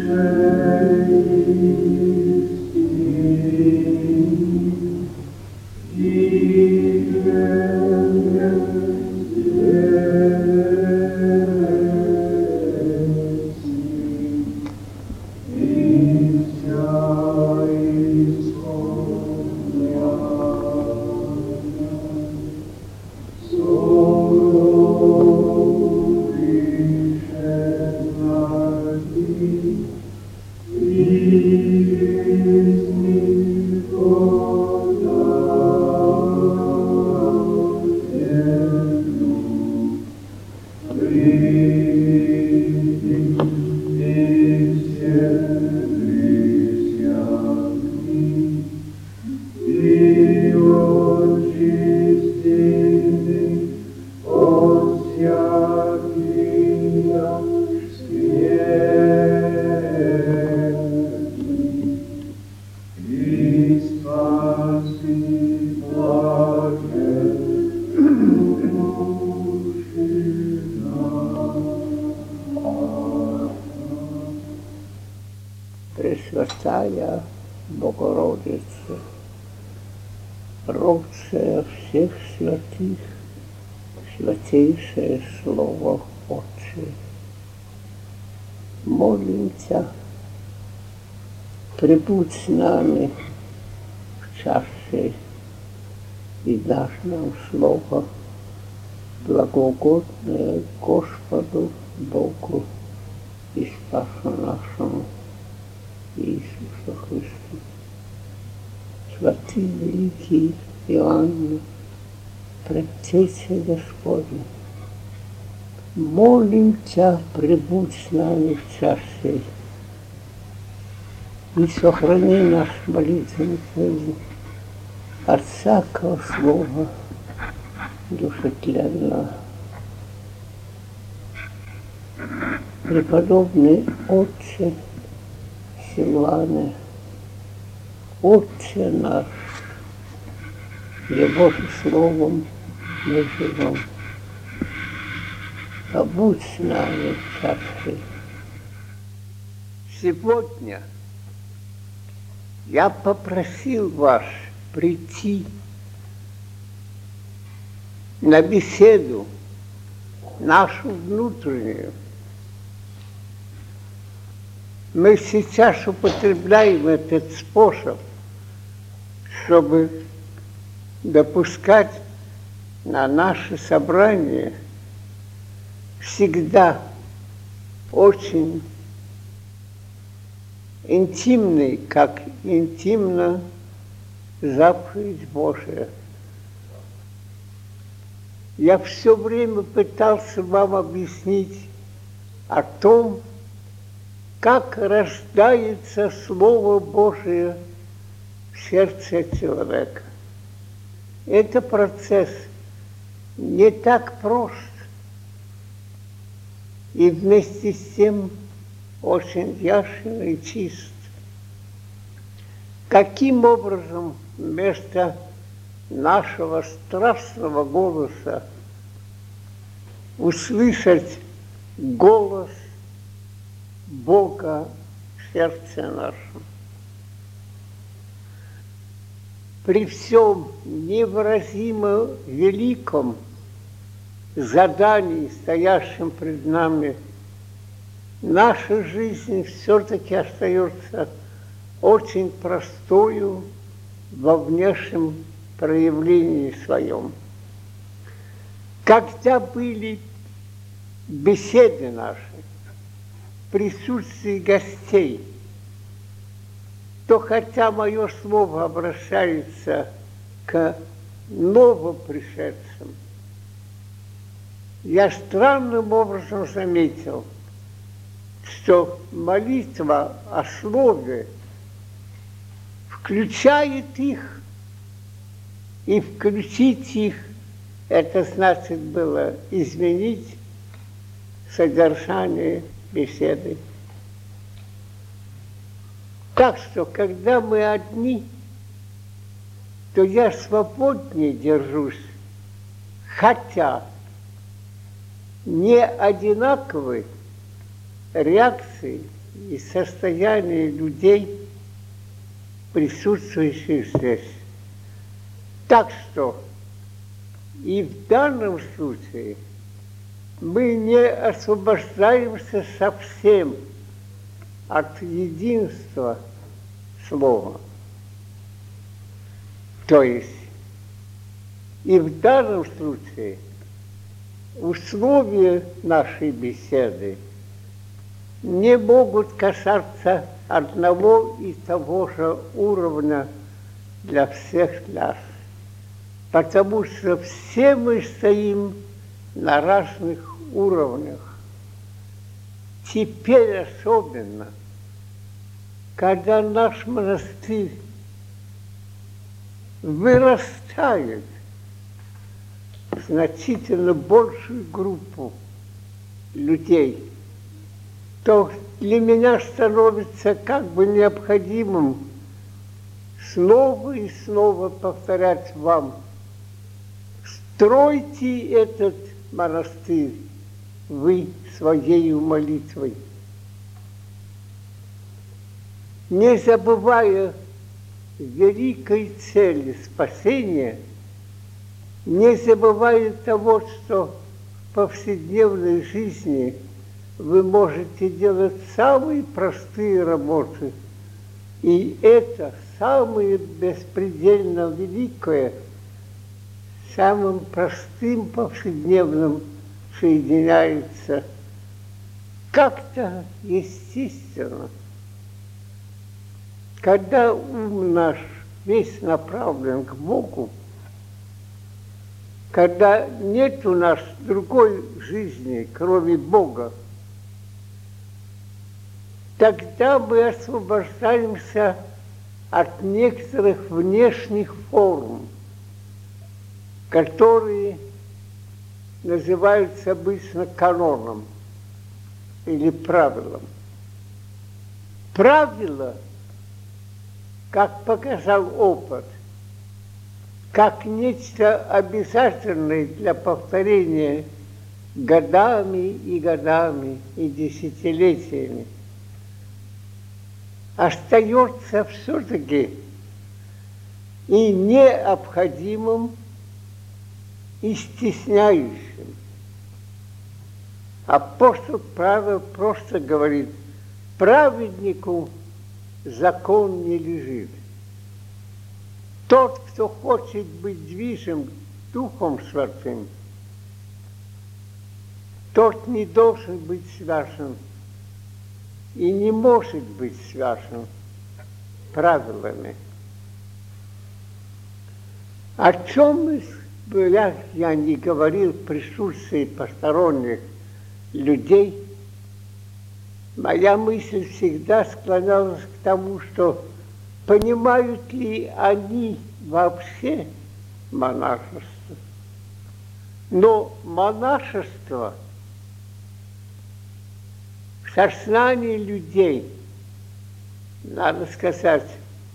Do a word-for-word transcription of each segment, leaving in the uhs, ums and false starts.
Пресвятая Богородица, родшая всех святых, святейшее Слово Отче, молим Тебя, прибудь с нами в часе и дашь нам Слово благоугодное Господу Богу и Спасу нашему Иисусу Христу. Святый великий Иоанн, Предтеча Господня, молим Тебя, прибудь с нами в час сей и сохрани наш молитвенный жизнь от всякого слова душетленного. Преподобный Отче Силуане, Отче наш, Его же Словом мы живем. Побудь с нами в час сей. Сегодня я попросил вас прийти на беседу нашу внутреннюю. Мы сейчас употребляем этот способ, чтобы допускать на наши собрания всегда очень интимный, как интимно заповедь Божия. Я все время пытался вам объяснить о том, как рождается Слово Божие в сердце человека. Это процесс не так прост и вместе с тем очень ясен и чист. Каким образом вместо нашего страстного голоса услышать голос Бога в сердце нашем? При всем невыразимо великом задании, стоящем пред нами, наша жизнь все-таки остается очень простою во внешнем проявлении своем. Когда были беседы наши в присутствии гостей, то хотя мое слово обращается к новопришедшим, я странным образом заметил, что молитва о слове включает их, и включить их, это значит было изменить содержание беседы. Так что, когда мы одни, то я свободнее держусь, хотя не одинаковой реакции и состояние людей, присутствующих здесь. Так что и в данном случае мы не освобождаемся совсем от единства слова. То есть и в данном случае условия нашей беседы не могут касаться одного и того же уровня для всех нас, потому что все мы стоим на разных уровнях. Теперь особенно, когда наш монастырь вырастает в значительно большую группу людей, то для меня становится как бы необходимым снова и снова повторять вам: стройте этот монастырь вы своей молитвой, не забывая великой цели спасения, не забывая того, что в повседневной жизни вы можете делать самые простые работы, и это самое беспредельно великое самым простым повседневным соединяется как-то естественно. Когда ум наш весь направлен к Богу, когда нет у нас другой жизни, кроме Бога, тогда мы освобождаемся от некоторых внешних форм, которые называются обычно каноном или правилом. Правило, как показал опыт, как нечто обязательное для повторения годами и годами и десятилетиями, остается все-таки и необходимым, и стесняющим. Апостол Павел просто говорит: праведнику закон не лежит. Тот, кто хочет быть движим Духом Святым, тот не должен быть связан и не может быть связан правилами. О чем я, я не говорил в присутствии посторонних людей, моя мысль всегда склонялась к тому, что понимают ли они вообще монашество. Но монашество в сознании людей, надо сказать,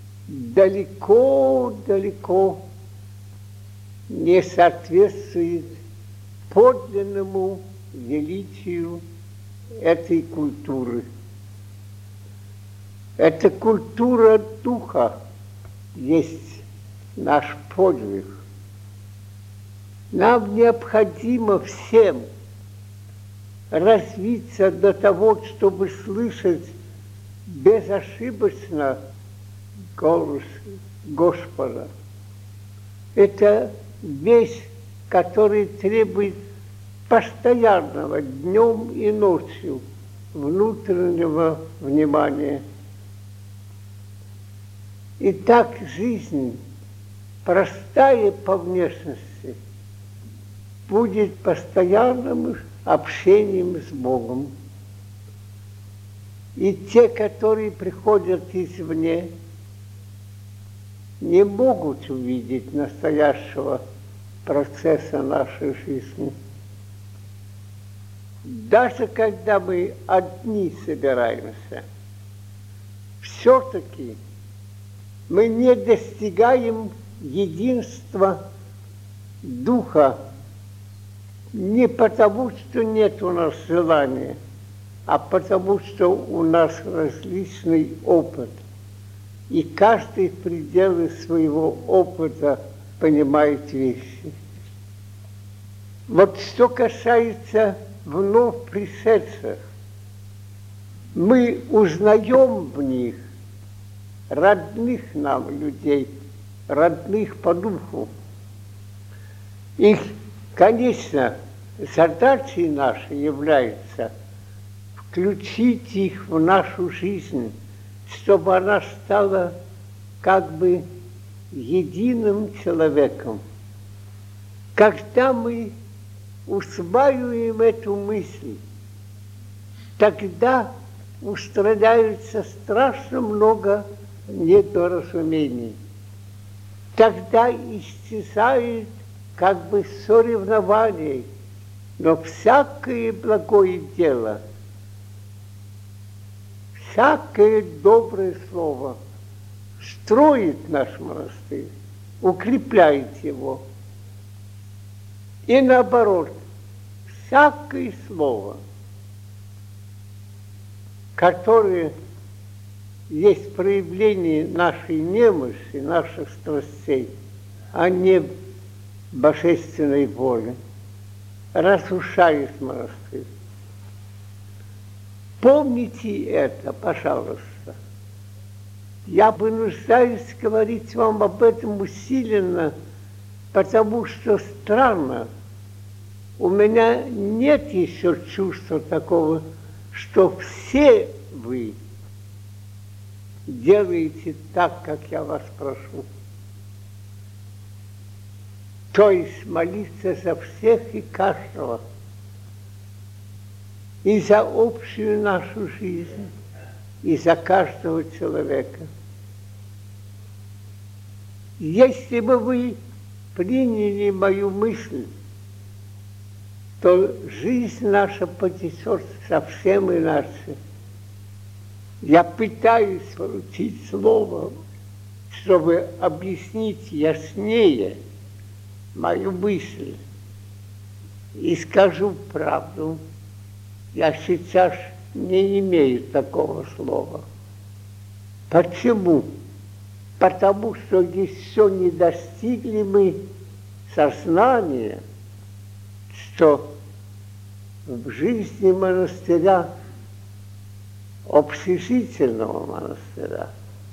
далеко-далеко не соответствует подлинному величию этой культуры. Эта культура духа есть наш подвиг. Нам необходимо всем развиться до того, чтобы слышать безошибочно голос Господа. Это вещь, которая требует постоянного днем и ночью внутреннего внимания. И так жизнь, простая по внешности, будет постоянным общением с Богом. И те, которые приходят извне, не могут увидеть настоящего процесса нашей жизни. Даже когда мы одни собираемся, все-таки мы не достигаем единства духа не потому, что нет у нас желания, а потому что у нас различный опыт. И каждый в пределы своего опыта понимает вещи. Вот что касается вновь пришедших, мы узнаем в них родных нам людей, родных по духу. И, конечно, задачей нашей является включить их в нашу жизнь, чтобы она стала как бы единым человеком. Когда мы усваиваем эту мысль, тогда устраняется страшно много недоразумений. Тогда исчезает как бы соревнование, но всякое благое дело, всякое доброе слово строит наш монастырь, укрепляет его. И наоборот, всякое слово, которое есть проявление нашей немощи, наших страстей, а не божественной воли, разрушает монастырь. Помните это, пожалуйста. Я вынуждаюсь говорить вам об этом усиленно, потому что странно, у меня нет еще чувства такого, что все вы делаете так, как я вас прошу. То есть молиться за всех и каждого, и за общую нашу жизнь, и за каждого человека. Если бы вы приняли мою мысль, то жизнь наша потечет совсем иначе. Я пытаюсь вручить слово, чтобы объяснить яснее мою мысль. И скажу правду, я сейчас не имею такого слова. Почему? Потому что еще не достигли мы сознания, что в жизни монастыря, общежительного монастыря,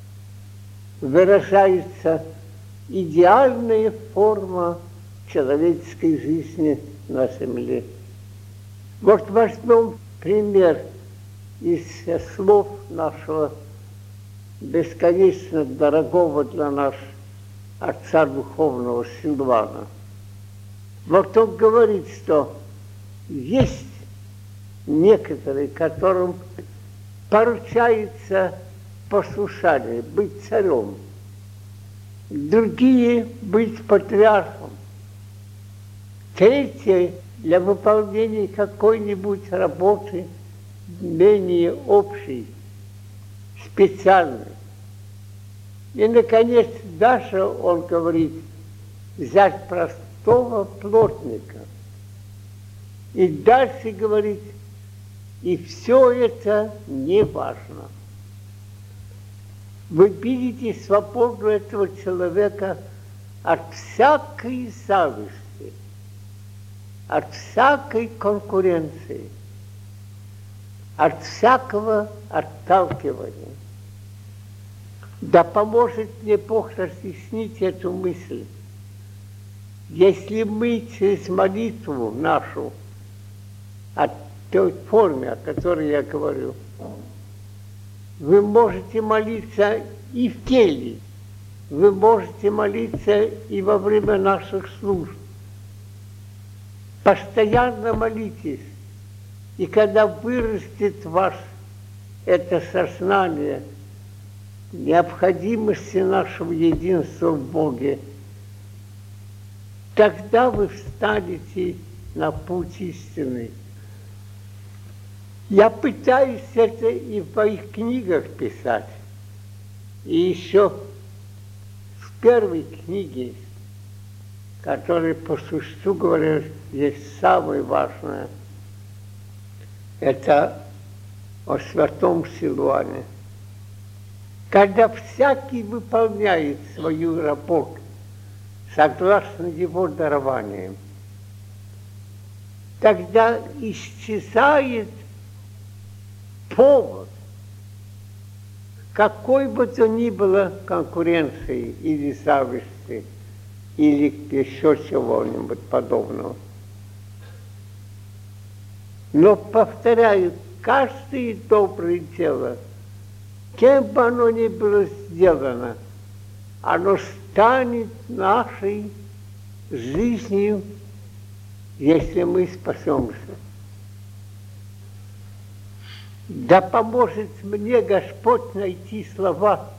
выражается идеальная форма человеческой жизни на земле. Вот возьмем пример из слов нашего бесконечно дорогого для нас отца духовного Силвана. Вот он говорит, что есть некоторые, которым поручается послушание, быть царем, другие быть патриархом, третьи для выполнения какой-нибудь работы менее общей, специальной. И, наконец, даже, он говорит, взять простого плотника. И дальше говорит, и все это не важно. Вы видите свободу этого человека от всякой зависти, от всякой конкуренции, от всякого отталкивания. Да поможет мне Бог разъяснить эту мысль. Если мы через молитву нашу, о той форме, о которой я говорю, вы можете молиться и в теле, вы можете молиться и во время наших служб. Постоянно молитесь, и когда вырастет ваш это сознание необходимости нашего единства в Боге, тогда вы встанете на путь истины. Я пытаюсь это и в моих книгах писать. И еще в первой книге, которая по существу говоря есть самое важное, это о святом Силуане. Когда всякий выполняет свою работу согласно его дарованиям, тогда исчезает повод какой бы то ни было конкуренции или зависти, или еще чего-нибудь подобного. Но, повторяю, каждое доброе дело, кем бы оно ни было сделано, оно станет нашей жизнью, если мы спасемся. Да поможет мне Господь найти слова,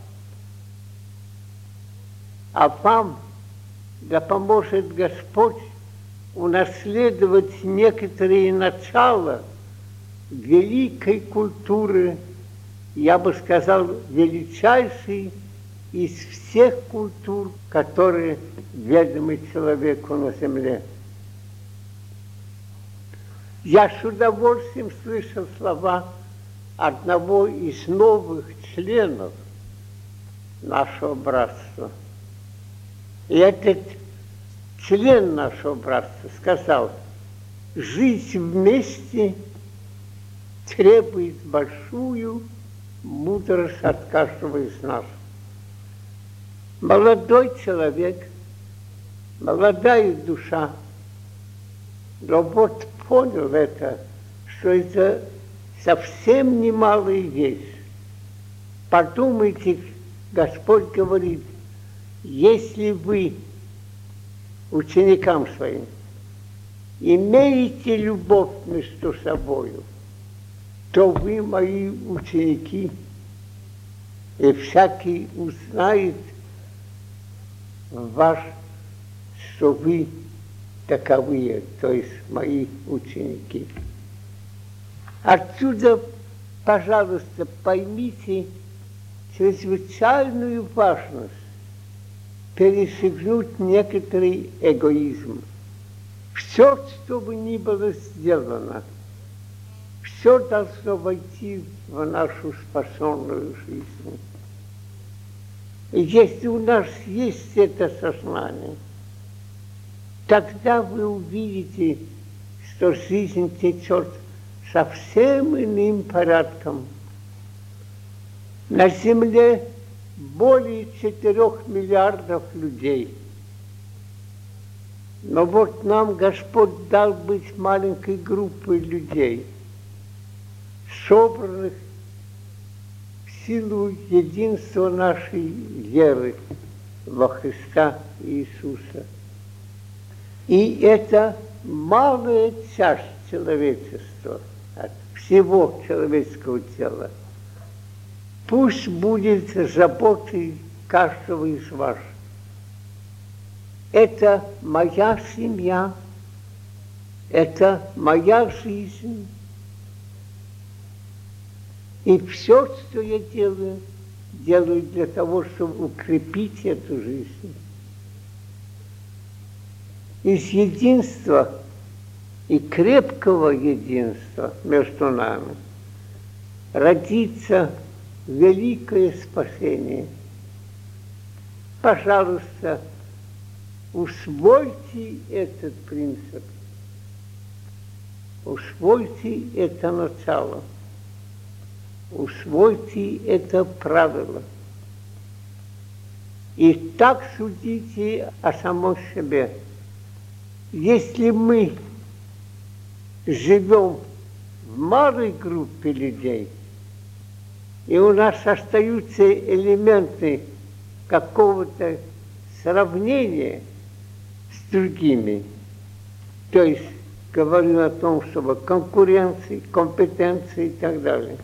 а вам да поможет Господь унаследовать некоторые начала великой культуры, я бы сказал, величайшей из всех культур, которые ведомы человеку на земле. Я с удовольствием слышал слова одного из новых членов нашего братства. И этот член нашего братства сказал: жить вместе требует большую мудрость от каждого из нас. Молодой человек, молодая душа, но вот понял это, что это совсем немалая вещь. Подумайте, Господь говорит: если вы ученикам своим имеете любовь между собою, то вы мои ученики, и всякий узнает ваш, что вы таковые, то есть мои ученики. Отсюда, пожалуйста, поймите чрезвычайную важность перешагнуть некоторый эгоизм. Все, что бы ни было сделано, все должно войти в нашу спасенную жизнь. И если у нас есть это сознание, тогда вы увидите, что жизнь течет совсем иным порядком. На Земле более четырех миллиардов людей. Но вот нам Господь дал быть маленькой группой людей, собранных в силу единства нашей веры во Христа Иисуса. И это малая часть человечества, от всего человеческого тела. Пусть будет заботой каждого из вас. Это моя семья, это моя жизнь. И все, что я делаю, делаю для того, чтобы укрепить эту жизнь. Из единства и крепкого единства между нами родится великое спасение. Пожалуйста, усвойте этот принцип, усвойте это начало, усвойте это правило. И так судите о самом себе. Если мы живем в малой группе людей, и у нас остаются элементы какого-то сравнения с другими, то есть говорю о том, чтобы конкуренции, компетенции и так далее,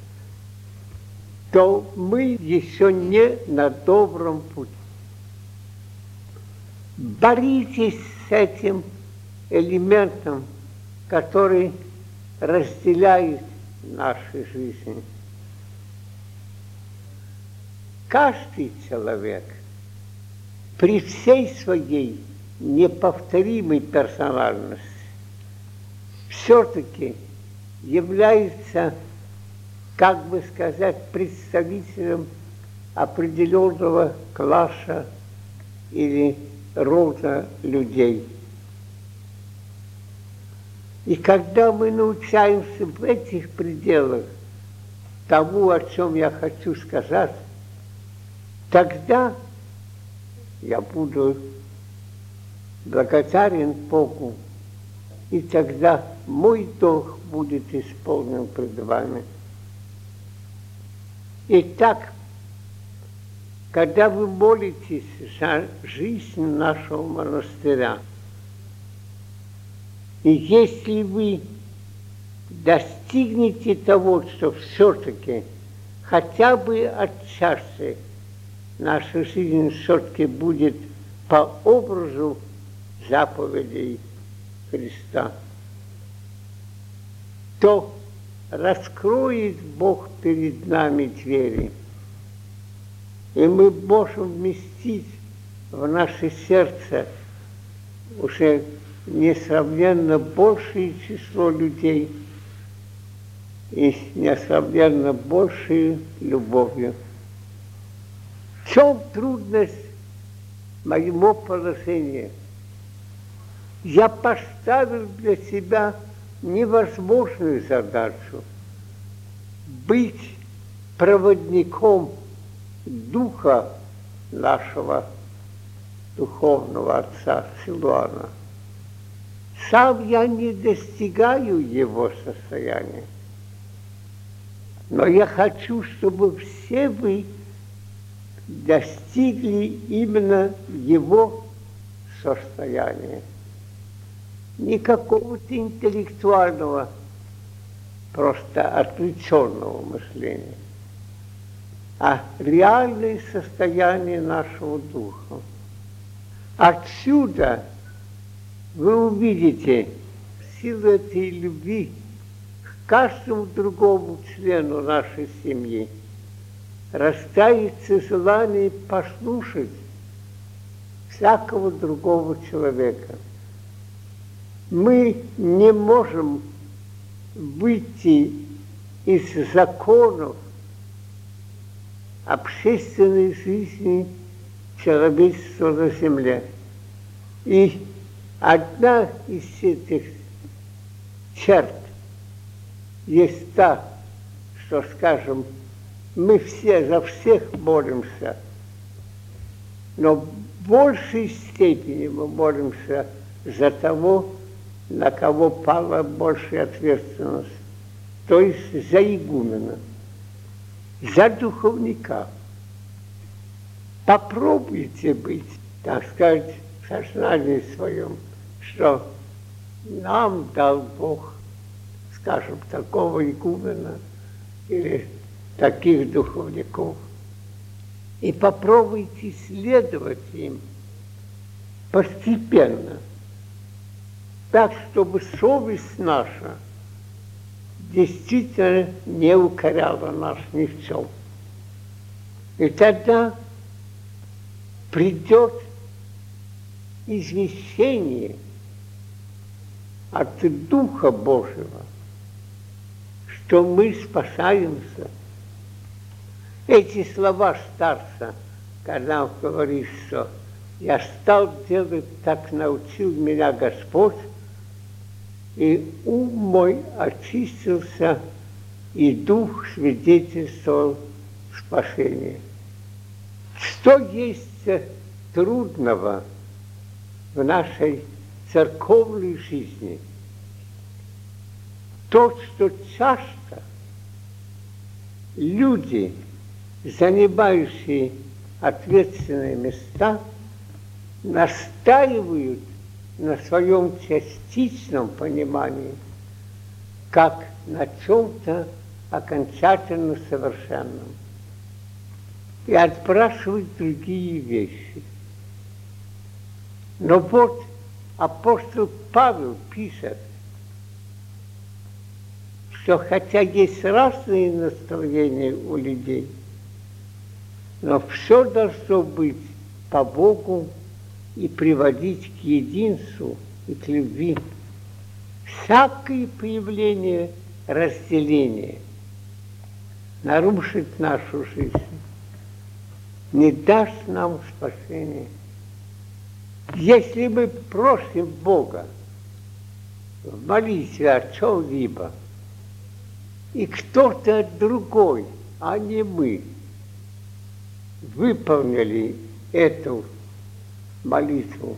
то мы еще не на добром пути. Боритесь с этим элементом, который разделяет нашу жизнь. Каждый человек при всей своей неповторимой персональности все-таки является как бы сказать, представителем определенного класса или рода людей. И когда мы научаемся в этих пределах тому, о чем я хочу сказать, тогда я буду благодарен Богу, и тогда мой долг будет исполнен пред вами. Итак, когда вы молитесь за жизнь нашего монастыря, и если вы достигнете того, что все-таки хотя бы отчасти наша жизнь все-таки будет по образу заповедей Христа, то раскроет Бог перед нами двери, и мы можем вместить в наше сердце уже несравненно большее число людей и с несравненно большей любовью. В чем трудность моего положения? Я поставил для себя невозможную задачу быть проводником духа нашего духовного отца Силуана. Сам я не достигаю его состояния, но я хочу, чтобы все вы достигли именно его состояния. Не какого-то интеллектуального, просто отвлеченного мышления, а реальное состояние нашего духа. Отсюда вы увидите силу этой любви к каждому другому члену нашей семьи. Растается желание послушать всякого другого человека. Мы не можем выйти из законов общественной жизни человечества на земле. И одна из этих черт есть та, что, скажем, мы все за всех молимся, но в большей степени мы молимся за того, на кого пала большая ответственность, то есть за игумена, за духовника. Попробуйте быть, так сказать, в сознании своем, что нам дал Бог, скажем, такого игумена или таких духовников. И попробуйте следовать им постепенно, так, чтобы совесть наша действительно не укоряла нас ни в чем. И тогда придет извещение от Духа Божьего, что мы спасаемся. Эти слова старца, когда он говорит, что я стал делать, так научил меня Господь, и ум мой очистился, и дух свидетельствовал спасение. Что есть трудного в нашей церковной жизни? То, что часто люди, занимающие ответственные места, настаивают на своем частичном понимании, как на чем-то окончательно совершенном, и отбрасывают другие вещи. Но вот апостол Павел пишет, что хотя есть разные настроения у людей, но все должно быть по Богу и приводить к единству и к любви. Всякое появление разделения нарушит нашу жизнь, не даст нам спасения. Если мы просим Бога в молитве о чем-либо, и кто-то другой, а не мы, выполнили эту молитву,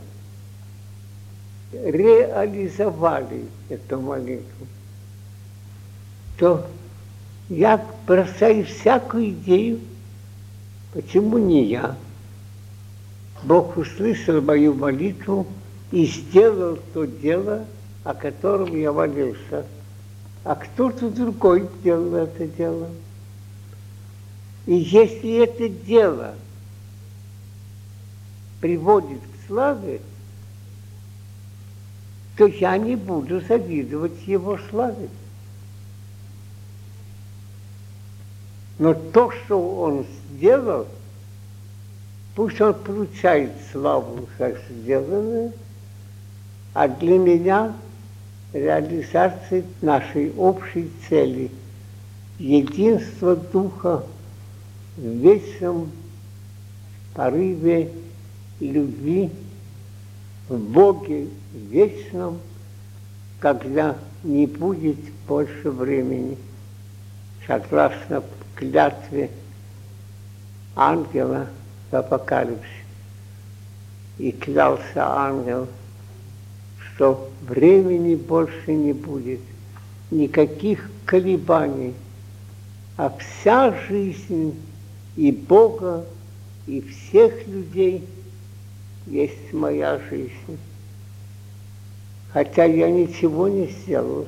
реализовали эту молитву, то я бросаю всякую идею, почему не я? Бог услышал мою молитву и сделал то дело, о котором я молился. А кто-то другой делал это дело. И если это дело приводит к славе, то я не буду завидовать его славе. Но то, что он сделал, пусть он получает славу за сделанное, а для меня реализация нашей общей цели, единство Духа в вечном порыве любви, в Боге вечном, когда не будет больше времени, согласно клятве ангела в Апокалипсе. И клялся ангел, что времени больше не будет, никаких колебаний, а вся жизнь и Бога, и всех людей есть моя жизнь. Хотя я ничего не сделал.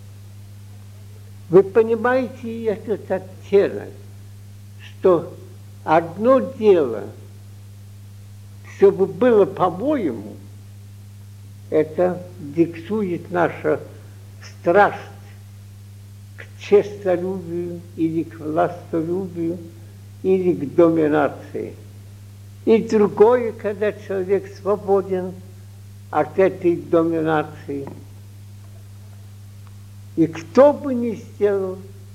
Вы понимаете этот оттенок, что одно дело, чтобы было по-моему, это диктует наша страсть к честолюбию или к властолюбию или к доминации. И другое, когда человек свободен от этой доминации. И кто бы ни сделал,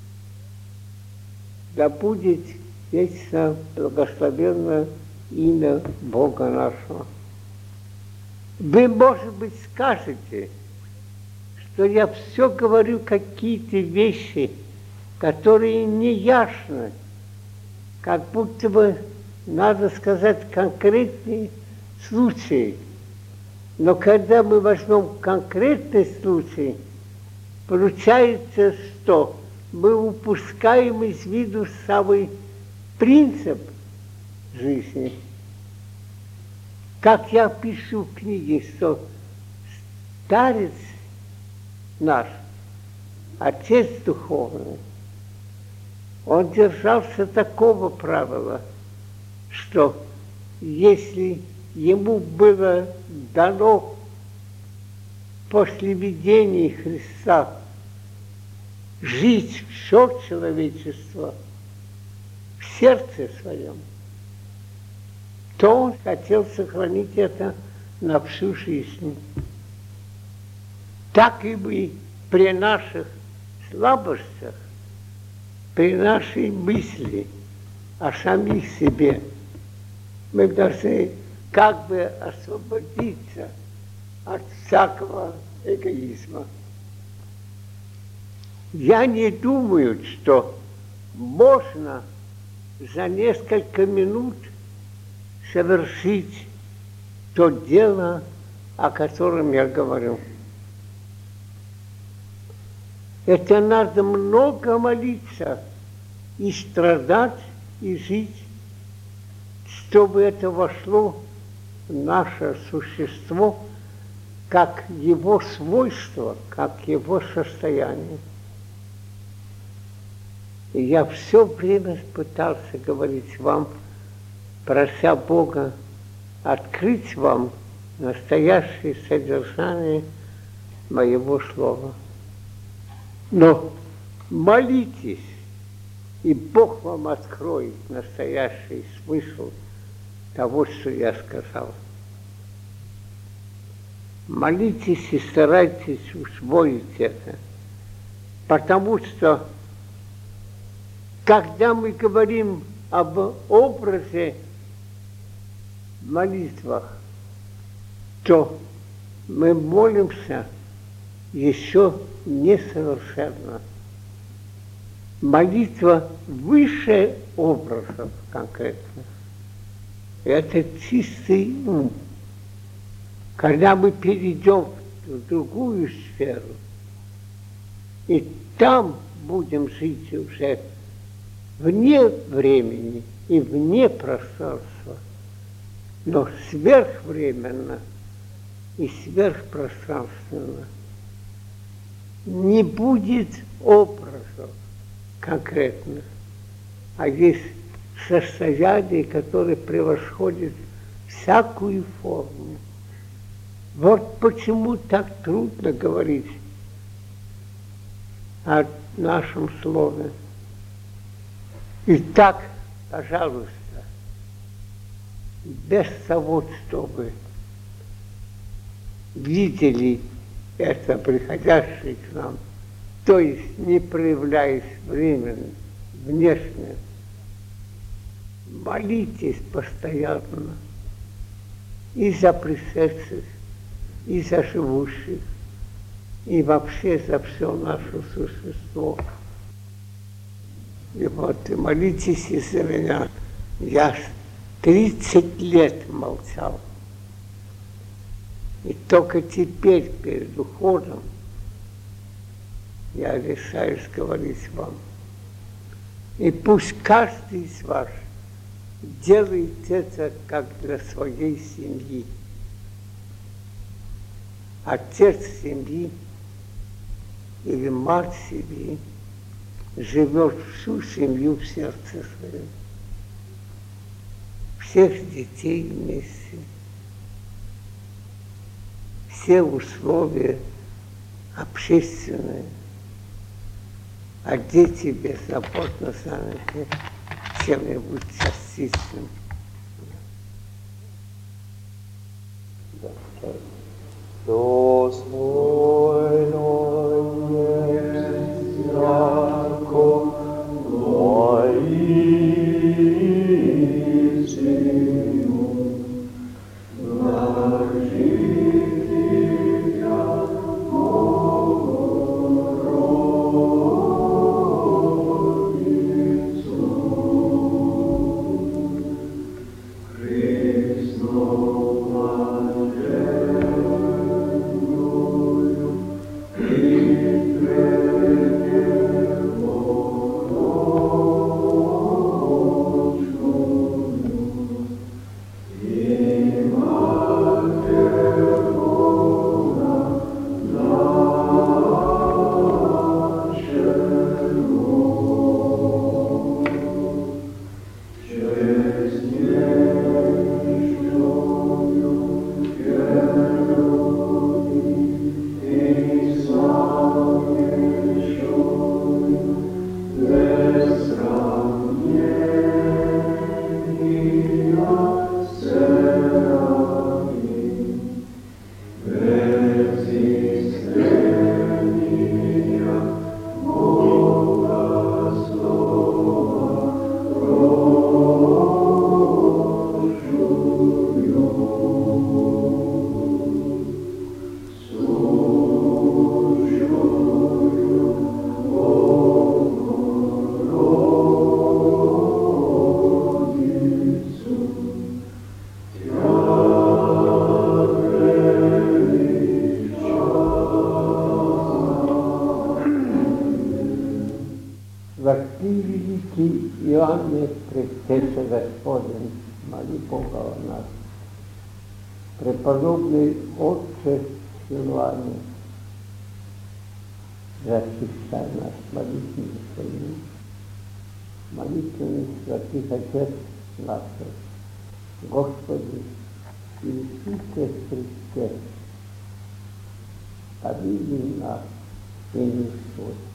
да будет вечно благословенно имя Бога нашего. Вы, может быть, скажете, что я все говорю какие-то вещи, которые не ясны, как будто бы надо сказать конкретные случаи. Но когда мы возьмем конкретный случай, получается, что мы упускаем из виду самый принцип жизни. Как я пишу в книге, что старец наш, отец духовный, он держался такого правила, что если ему было дано после видения Христа жить все человечество в сердце своем, то он хотел сохранить это на всю жизнь. Так и мы при наших слабостях, при нашей мысли о самих себе, мы должны как бы освободиться от всякого эгоизма. Я не думаю, что можно за несколько минут совершить то дело, о котором я говорю. Это надо много молиться и страдать, и жить, чтобы это вошло в наше существо, как его свойство, как его состояние. И я все время пытался говорить вам, прося Бога открыть вам настоящее содержание моего слова. Но молитесь, и Бог вам откроет настоящий смысл того, что я сказал. Молитесь и старайтесь усвоить это, потому что Когда мы говорим об образе в молитвах, то мы молимся еще несовершенно. Молитва выше образов конкретных. Это чистый ум. Когда мы перейдем в другую сферу, и там будем жить уже вне времени и вне пространства, но сверхвременно и сверхпространственно. Не будет образов конкретных, а есть состояние, которое превосходит всякую форму. Вот почему так трудно говорить о нашем слове. Итак, пожалуйста, без того, чтобы видели это приходящее к нам, то есть не проявляясь временно, внешне, молитесь постоянно и за пришедших, и за живущих, и вообще за все наше существо. И вот молитесь и за меня. Я тридцать лет молчал. И только теперь, перед уходом, я решаюсь говорить вам. И пусть каждый из вас делает это как для своей семьи. Отец семьи или мать семьи живет всю семью в сердце своем. Всех детей вместе. Все условия общественные, а дети беззаботно заняты чем-нибудь частичным. Достойно есть яко Моисею, нажития Богородицу, Христова Великий Иоанне, Предтеча Господень, моли Бога о нас. Преподобный Отче Силуане, защищай нас молитвами своими, молитвами святых Отец наших, Господи Иисусе Христе, помилуй нас и не судь.